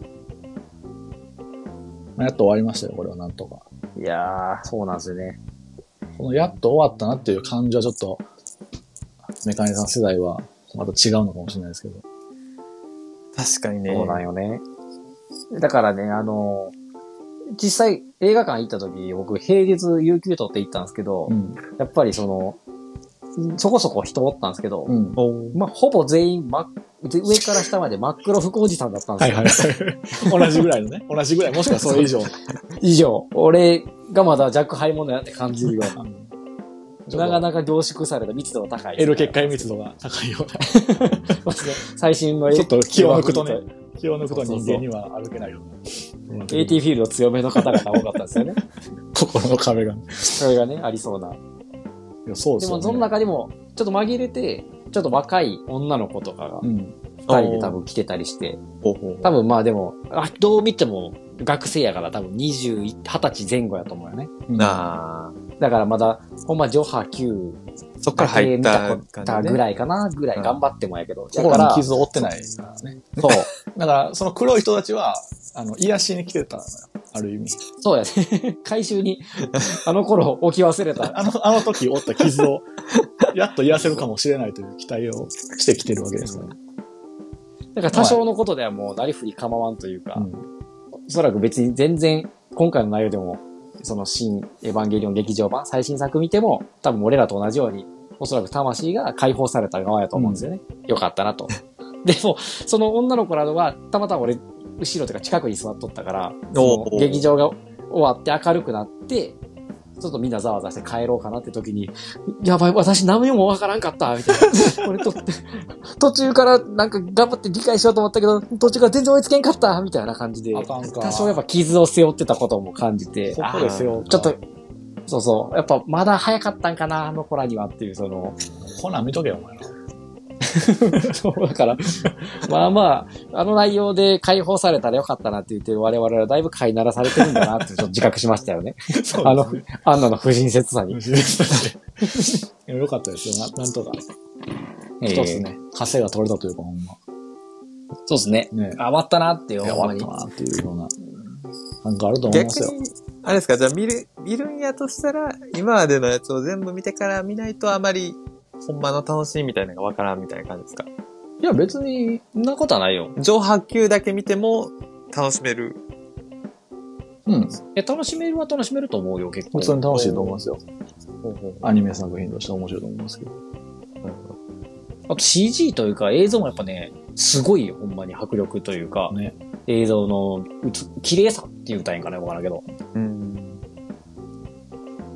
な。やっと終わりましたよ、これはなんとか。 いやー、そうなんですよね。 このやっと終わったなっていう感じはちょっと、メカニさん世代はまた違うのかもしれないですけど。 確かにね。 そうなんよね。だからね、あのー実際映画館行った時、僕平日有給取って行ったんですけど、 うん。 やっぱりその、そこそこ人おったんですけど、 うん。 おまあ、ほぼ全員、ま、上から下まで真っ黒服おじさんだったんですはいよ。 はい。同じぐらいのね。同じぐらい、もしくはそれ以上。 以上、俺がまだ若輩者やって感じるような、なかなか凝縮された密度が高い。 得る結界密度が高いような。 最新のちょっと気を抜くとねエーティー、 気を抜くと人間には歩けないような。 フィールド強めの方々多かったんですよね。 心の壁が。 それがね、ありそうな。 いやそうでよね。 ですも、その中にも、ちょっと紛れて、ちょっと若い女の子とかが、 うん。 二人で多分来てたりして、 ほうほう多分まあでも、あどう見ても学生やから多分にじゅう、二十歳前後やと思うよね。 なあ。 だからまだ、ほんま、ジョハきゅうそっから入った感じ、ね。 ぐらいかな、ぐらい頑張ってもやけど。だ心から、 に傷を負ってないからね。 そう。 だから、その黒い人たちは、あの、癒しに来てたのよ。ある意味。 そうやね。回収に、あの頃置き忘れた。 あの、あの時負った傷を、やっと癒せるかもしれないという期待をしてきてるわけですからね。 だから多少のことではもうなりふり構わんというか、 うん。 おそらく別に全然、今回の内容でも、その新エヴァンゲリオン劇場版、最新作見ても、多分俺らと同じように、おそらく魂が解放された側やと思うんですよね。よかったなと。でも、その女の子らは、たまたま俺、後ろというか近くに座っとったから、その劇場が終わって明るくなって、ちょっとみんなざわざわして帰ろうかなって時に、やばい、私何もわからんかった、みたいな。俺とって、途中からなんか頑張って理解しようと思ったけど、途中から全然追いつけんかった、みたいな感じで、 あかんか。 多少やっぱ傷を背負ってたことも感じて、 そこで背負うかちょっと、そうそう、やっぱまだ早かったんかな、あの子らにはっていう、その、 ほな、見とけよ、お前ら。 そう、だから、まあまあ、あの内容で解放されたらよかったなって言ってる我々はだいぶ飼いならされてるんだなってちょっと自覚しましたよね。あの、アンナの不親切さに。 よかったですよ、ななんとか。 えー一つね、稼が取れたというか、ほんま。 そうですね。 ね。 あ、終わったなっていう、 いや、 ほんまに終わったなっていうような、なんかあると思いますよ。 逆に、あれですか、じゃあ見る、見るんやとしたら、今までのやつを全部見てから見ないとあまり、ほんまの楽しみみたいなのがわからんみたいな感じですか？ いや、別に、 そんなことはないよ。 上波球だけ見ても楽しめる。 うん。 え、楽しめるは楽しめると思うよ、結構。 普通に楽しいと思いますよ。 ほうほうアニメ作品として面白いと思いますけど。 あと シージー というか映像もやっぱね、すごいよ、ほんまに迫力というか、 ね。 映像のうつ綺麗さって言うたらいいんかな、わからんけど。 うん。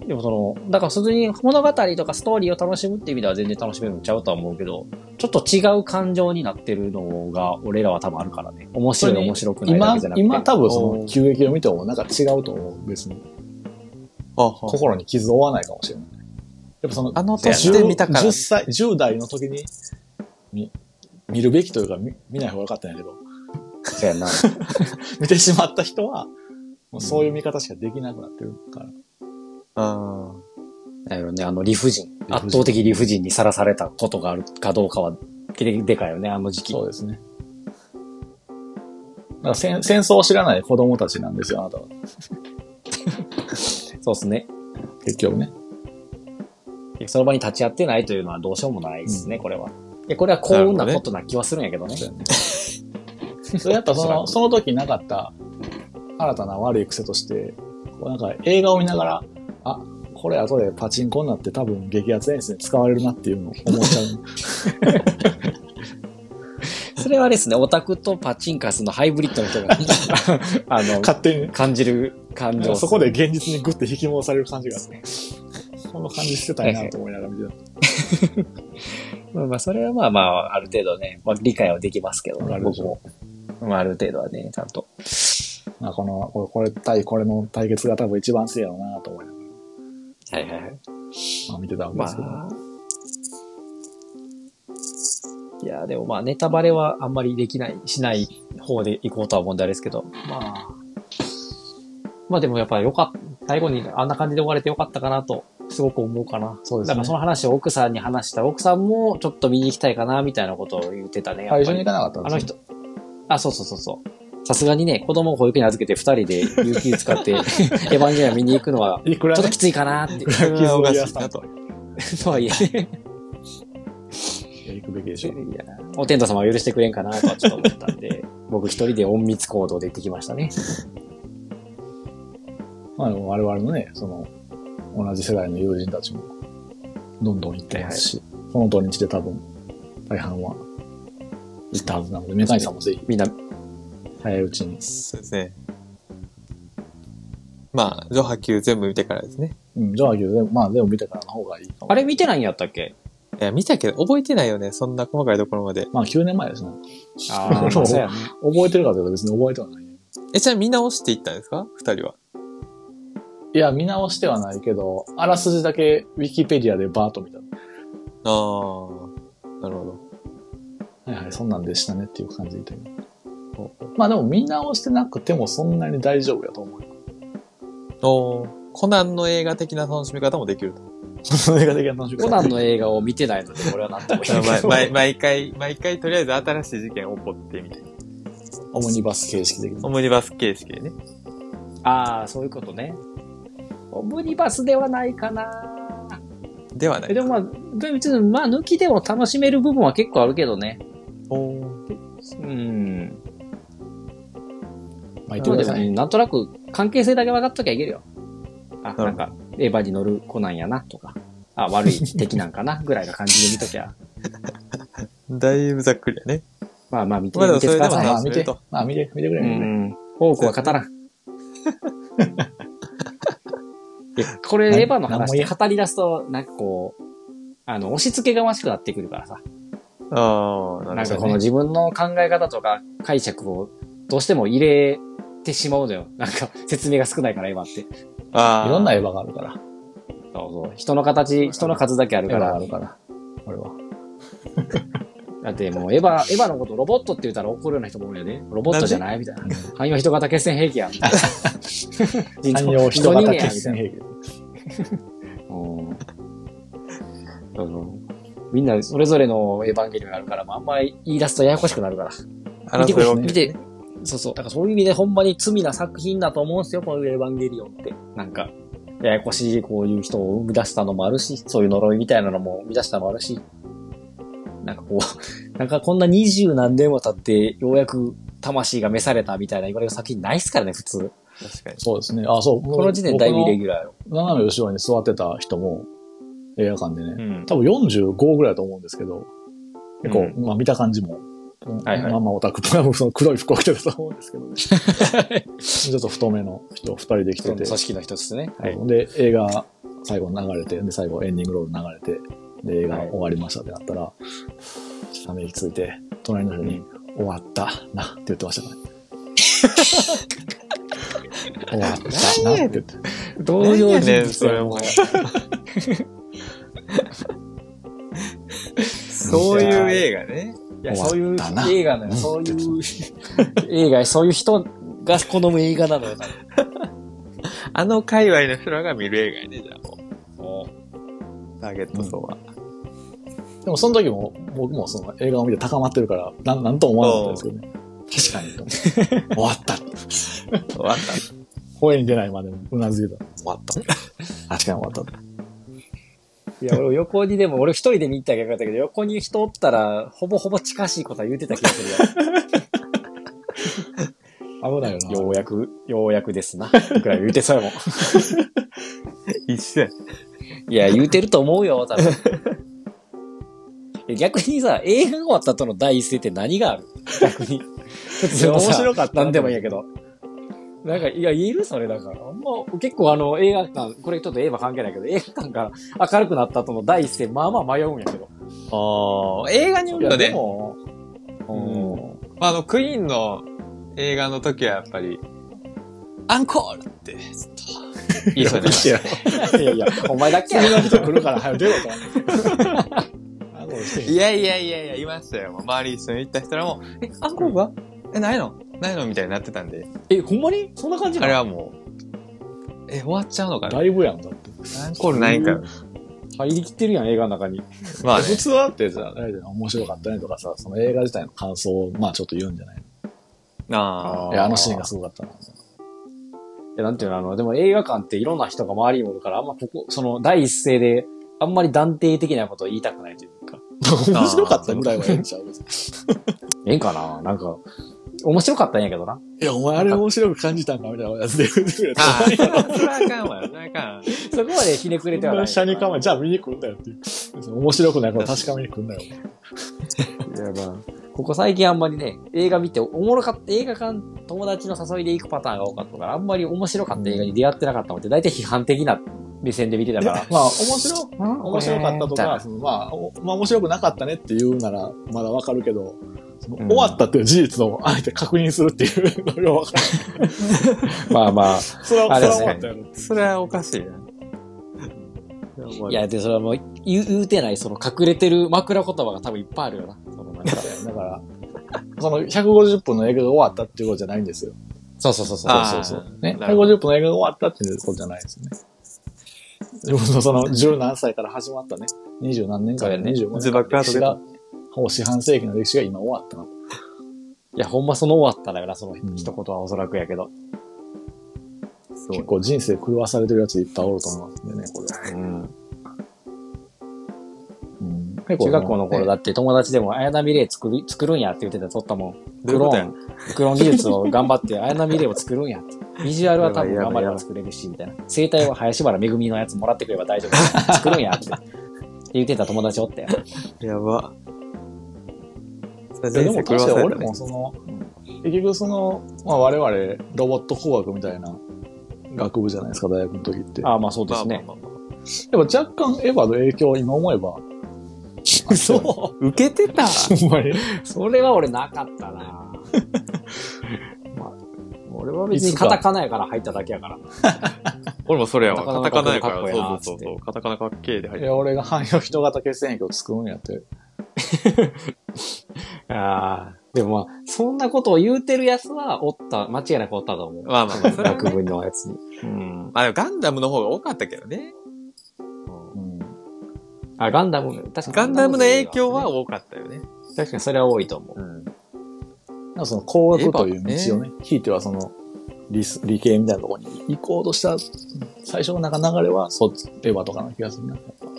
でもその、だから普通に物語とかストーリーを楽しむっていう意味では全然楽しめるんちゃうとは思うけど、ちょっと違う感情になってるのが俺らは多分あるからね。面白い面白くないだけじゃなくて。 今、今多分その急激を見てもなんか違うと思う、別に。 はあはあ、 心に傷を負わないかもしれない。やっぱその、 あの年で見たから。 じゅっさい、じゅう代の時に見、見るべきというか見、見ない方が良かったんやけど。 そうやな。 見てしまった人は、もうそういう見方しかできなくなってるから。 ああ。 だよね、あの理不尽。圧倒的理不尽にさらされたことがあるかどうかは、で, でかいよね、あの時期。 そうですね。だから戦戦争を知らない子供たちなんですよ、あなたは。 そうですね。 結局ね。 その場に立ち会ってないというのはどうしようもないですね、うん、これは。いや、これは幸運なことな気はするんやけどね。どねそれやっぱその、その時なかった新たな悪い癖として、こうなんか映画を見ながら、あ、これ後でパチンコになって多分激アツ演出に使われるなっていうのを思っちゃう。 それはですね、オタクとパチンカスのハイブリッドの人が、あの、 勝手に感じる感情。 そこで現実にグッて引き戻される感じがあって、この感じしてたいなと思いながら見てた。 まあまあ、それはまあまあ、ある程度ね、まあ、理解はできますけどね、僕も。まあ、ある程度はね、ちゃんと。 まあ、この、これ対、これの対決が多分一番強いやろうなと思いながら。 はいはいはい。 まあ、見てたわけですけど。まあ、 いや、でもまあ、ネタバレはあんまりできない、しない方でいこうとは思うんであれですけど。まあ。まあでもやっぱりよかった。最後にあんな感じで終われてよかったかなと、すごく思うかな。 そうですね。 だからその話を奥さんに話したら、奥さんもちょっと見に行きたいかな、みたいなことを言ってたね。 あ、一緒に行かなかったんですか？あの人。あ、そうそうそうそう。さすがにね、子供を保育に預けて二人で有給使って、エヴァンゲリオン見に行くのは、ちょっときついかなって。 傷を癒したと。 とはいえ。 行くべきでしょ。いや、お天道様は許してくれんかなとはちょっと思ったんで、僕一人で隠密行動で行ってきましたね。 まあでも我々のね、その、同じ世代の友人たちも、どんどん行ってますし、はいはい、この土日で多分、大半は、行ったはずなので、メカニさんもぜひ、みんな、早いうちに。 そうですね。まあ、上波球全部見てからですね。 うん、上波球全部、まあ全部見てからの方がいいかも。 あれ見てないんやったっけ？ いや、見たけど、覚えてないよね。そんな細かいところまで。 まあきゅうねんまえですね。 ああ、そうやね。 覚えてるかというと別に覚えてはない。 え、じゃあ見直していったんですか？二人は。 いや、見直してはないけど、あらすじだけウィキペディアでバーッと見た。 ああ、なるほど。 はいはい、そんなんでしたねっていう感じで。まあでも見直してなくてもそんなに大丈夫やと思う。 おー、コナンの映画的な楽しみ方もできると。 コナンの映画的な楽しみ方。 コナンの映画を見てないので、俺はなんとも言えない。 毎, 毎回、毎回とりあえず新しい事件起こってみたいな。 オムニバス形式的に。 オムニバス形式でね。 ああ、そういうことね。オムニバスではないかな。 ではない。 でもまあ、別に、まあ、抜きでも楽しめる部分は結構あるけどね。 おー。 うん。 まあ、言ってください。 なんとなく関係性だけ分かっときゃいけるよ。あ、なんか、エヴァに乗るコナンやな、とか。あ、悪い敵なんかな、ぐらいの感じで見ときゃ。 だいぶざっくりやね。 まあまあ見て、 まあ、 見てください。 まあ見て、まあ見て、見てくれ、ね。 うん。多くは語らん。いや、これエヴァの話で語り出すと、なんかこう、あの、押し付けがましくなってくるからさ。 ああ、なるほど、ね。 なんかこの自分の考え方とか解釈をどうしても入れてしまうのよ。なんか説明が少ないからエヴァって。 ああ。いろんなエヴァがあるから。 そうそう。人の形、人の数だけあるから。 エヴァがあるから。これは。 だってもうエヴァ、エヴァのことロボットって言ったら怒るような人も多いよね。ロボットじゃないみたいな。汎用人型決戦兵器や。みたいな。 汎用人型決戦兵器。 そうそう。みんなそれぞれのエヴァンゲリオンがあるから、あんまり言い出すとややこしくなるから。見てくれ、見て。そうそう。だからそういう意味でほんまに罪な作品だと思うんですよ、このエヴァンゲリオンって。なんか、ややこしいこういう人を生み出したのもあるし、そういう呪いみたいなのも生み出したのもあるし、なんかこう、なんかこんな二十何年も経って、ようやく魂が召されたみたいな言われる作品ないっすからね、普通。 確かに。 そうですね。あ、そう。 この時点でだいぶイレギュラーよ。 斜め後ろに座ってた人も、映画館でね、 うん、多分よんじゅうごぐらいだと思うんですけど、結構、うん、まあ見た感じも、 はいはい、 まあまあオタクっぽい、その黒い服を着てると思うんですけどね。ちょっと太めの人、二人で来てて。 組織の一つね。 はい。で、映画、 最後流れて、で、最後エンディングロール流れて、で、映画終わりましたってなったら、ため息ついて、隣の人に、終わったなって言ってましたからね。終わったなって言って。 同情人物やもん。 そういう映画ね。 いや、そういう映画なのよ。そういう映画、そういう人が好む映画なのよ。 あの界隈の人らが見る映画やね、じゃあもう。ターゲット層は。 うん、でもその時も、僕もその映画を見て高まってるから、なん、なんとも思わなかったですけどね。確かにと。終わった。 終わった。 声に出ないまでうなずいた。終わった。確かに終わった。 いや、俺横にでも、俺一人で見たらよかったけど、横に人おったら、ほぼほぼ近しいことは言うてた気がするよ。 危ないよな。 ようやく、ようやくですな。くらい言うてそうやもん。 一緒や。 いや、言うてると思うよ、多分。逆にさ、映画が終わった後の第一声って何がある？逆に。 面白かった。 なんでもいいやけど。なんか、いや、言えるそれだから。あんま、結構あの、映画館、これちょっと映画関係ないけど、映画館から明るくなった後の第一声、まあまあ迷うんやけど。 ああ、映画によるよね。でも、 うん。あの、クイーンの映画の時はやっぱり、アンコールってずっと言いそうになりました。 いやいや、お前だけや。 次の人来るから早く出ろと。 いやいやいやいや、いましたよ。周り一緒に行った人らも、え、アンコールはえ、ないのないのみたいになってたんで。 え、ほんまにそんな感じなの？ あれはもう、え、終わっちゃうのかな？ だいぶやん、だって。 アンコールないから。 入りきってるやん、映画の中に。 まあ、ね、普通はってさ、面白かったねとかさ、その映画自体の感想を、まあちょっと言うんじゃないの？ああ。 いや、あのシーンがすごかったな。いや、なんていうの、あの、でも映画館っていろんな人が周りにおるから、あんまここ、その、第一声で、あんまり断定的なことを言いたくないというか。 面白かったぐらいはええんちゃうええんかななんか、面白かったんやけどな。 いや、お前あれ面白く感じたんかみたいなやつで言ってくれた。 ああ、それはあかんわ、それはあかん。 そこまでひねくれてはない。 車に構え、じゃあ見に来るんだよっていう。面白くないから確かめに来るんだよ。 いや、まあ、ここ最近あんまりね、映画見て、おもろかった、映画館、友達の誘いで行くパターンが多かったから、あんまり面白かった映画に出会ってなかったのって、大体批判的な目線で見てたから。 まあ、面白、面白かったとか、そのまあ、まあ面白くなかったねって言うなら、まだわかるけど、その終わったっていう事実をあえて確認するっていうのがわからない。 まあまあ。 それは、それは終わったやろ。 それはおかしいな。 いや、で、それはもう言う、言うてない、その隠れてる枕言葉が多分いっぱいあるよな。そのなんかだから、そのひゃくごじゅっぷんの映画が終わったっていうことじゃないんですよ。 そうそうそうそう。 そうそうそう。ね。ひゃくごじゅっぷんの映画が終わったっていうことじゃないですよね。自分のその十何歳から始まったね、二十何年から二十五年の歴史が、ほぼ四半世紀の歴史が今終わったな。 いや、ほんまその終わったんだよな、その一言はおそらくやけど。 うん、結構人生狂わされてるやついっぱいおると思うんでね、これ。うん。 うん、中学校の頃だって友達でも綾波レイ作る、作るんやって言ってたら撮ったもん。クローン、クローン技術を頑張って綾波レイを作るんやって。ビジュアルは多分頑張れば作れるし、みたいな。生態は林原めぐみのやつもらってくれば大丈夫。作るんやって。って言ってた友達おったよ。 やば。 でも確かに俺もその、結局その、まあ我々ロボット工学みたいな学部じゃないですか、大学の時って。 ああ、まあそうですね。まあまあまあでも若干エヴァの影響を今思えば。 そう。 受けてたほんまに。 それは俺なかったなまあ、俺は別にカタカナやから入っただけやから。 俺もそれやわ。カタカナやから。 そうそうそうそう。カタカナかっけーで入った。 いや、俺が汎用人型血栓液を作るんやって。 ああ。でもまあ、そんなことを言うてるやつは、おった、間違いなくおったと思う。 まあまあ、まあ、 学部のやつに。 うん。まあでもガンダムの方が多かったけどね。 うん。あ、ガンダム、確かに。 ガンダムの影響は多かったよね。 確かにそれは多いと思う。うん。 なんかその工学という道をね、ひいてはその理、理系みたいなところに行こうとした最初のなんか流れは、そっち、エヴァとかの気がするな。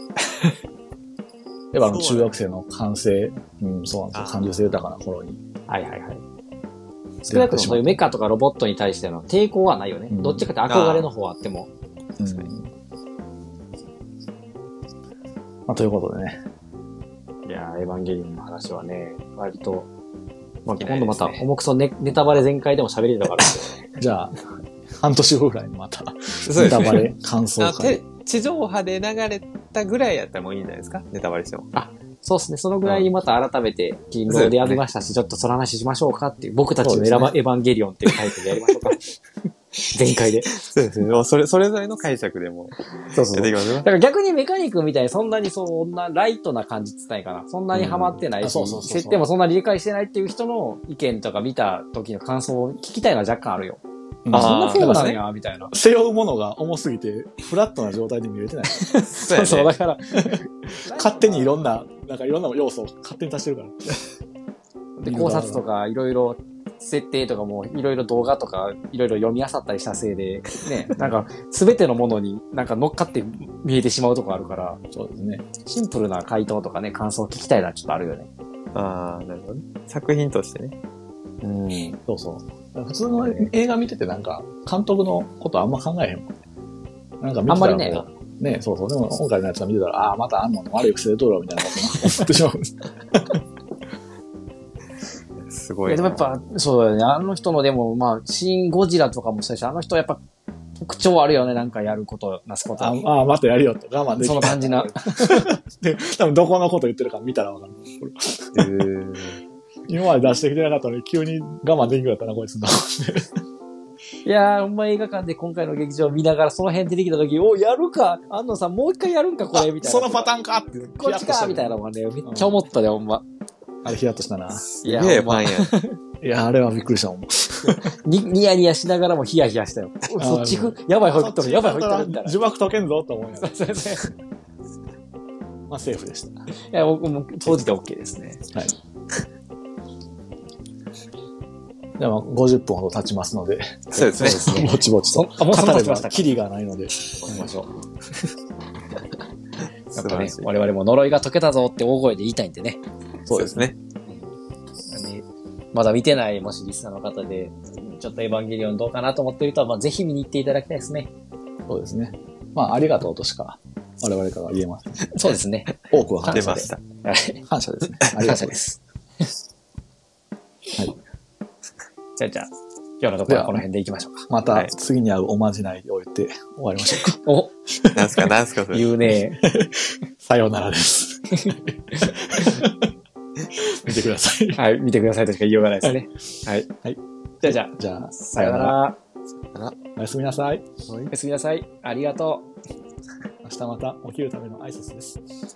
エヴァの中学生の感性、うん、そうなんですよ。感受性豊かな頃に。 はいはいはい。少なくともそういうメカとかロボットに対しての抵抗はないよね。うん、どっちかって憧れの方はあっても。確かに。うん、 まあ、ということでね。 いやー、エヴァンゲリオンの話はね、割と、まあ、今度また、重くそネネタバレ全開でも喋れたからですよね。 じゃあ、半年後ぐらいにまた、ネタバレ感想会。 地上波で流れたぐらいやったらもういいんじゃないですか、ネタバレしても。 あ、そうですね。そのぐらいにまた改めて、金曜でやりましたし、ちょっとその話しましょうかっていう、僕たちのエラバ、エヴァンゲリオンっていうタイトルでやりましょうか。全開で。 そうですね。もうそれ、それぞれの解釈でも。 そうそう。 やっていきますよ。 だから逆にメカニックみたいにそんなにそんなライトな感じって言ったらいいかな。そんなにハマってないし、設定もそんなに理解してないっていう人の意見とか見た時の感想を聞きたいのは若干あるよ。あ、そんな風なんや、みたいな。 背負うものが重すぎて、フラットな状態で見れてない。 そうそう、だから。 勝手にいろんな、なんかいろんな要素を勝手に足してるから。 で、考察とかいろいろ、設定とかもいろいろ動画とかいろいろ読み漁ったりしたせいで、ね、なんか全てのものになんか乗っかって見えてしまうとこあるから、 そうですね。 シンプルな回答とかね、感想を聞きたいのはちょっとあるよね。 ああ、なるほどね。作品としてね。 うん。 そうそう。普通の映画見ててなんか、監督のことあんま考えへんもんね。なんか見てたらあんまりね。ね、そうそう。でも今回のやつは見てたら、ああ、またあんの悪い癖でとるわ、みたいなこと思ってしまう。 すごい。 いや、でもやっぱ、そうだよね。あの人のでも、まあ、シン・ゴジラとかもそうだし、あの人やっぱ、特徴あるよね。なんかやること、なすこと。 ああ、またやるよと。我慢できる。 その感じな。 で、多分どこのこと言ってるか見たらわかる。えー、今まで出してきてなかったのに、急に我慢できなかったな、こいつな。 いやー、ほんま映画館で今回の劇場を見ながら、その辺出てきた時、おやるか安野さんもう一回やるんかこれみたいな。 そのパターンかって。 こっちかみたいなのがね、めっちゃ思ったね、ほんま。 あれヒヤッとしたな。 いや、ファンや。 いや、あれはびっくりしたもん。 に、ニヤニヤしながらもヒヤヒヤしたよ。そっち行くやばい、ほいっとる、やばい、ほいっとるみたいな。 呪縛解けんぞと思いながら。 そうそうそう。 まあ、セーフでした。いや、僕も当時で OK ですね。 はい。でも、ごじゅっぷんほど経ちますので。 そうですね。 ぼちぼちと。 あ、もうそんな経ちましたか。 キリがないので。 思いましょう。やっぱね、我々も呪いが解けたぞって大声で言いたいんでね。 そうですね。 まだ見てない、もしリスナーの方で、ちょっとエヴァンゲリオンどうかなと思っている人は、まあ、ぜひ見に行っていただきたいですね。 そうですね。まあ、ありがとうとしか、我々からは言えません。 そうですね。 多くは感謝出ました。 はい。 感謝ですね。 ありがとうです。 はい。 じゃあじゃあ、今日のところはこの辺でいきましょうか。 また次に会うおまじないを言って終わりましょうか。 おなんすか、なんすか、それ。 言うね。 さようならです。見てください。 はい、見てくださいとしか言いようがないですね。はい。 はい。 じゃあじゃあ、 じゃあ、 さようなら。 おやすみなさい。 おやすみなさい。ありがとう。 明日また起きるための挨拶です。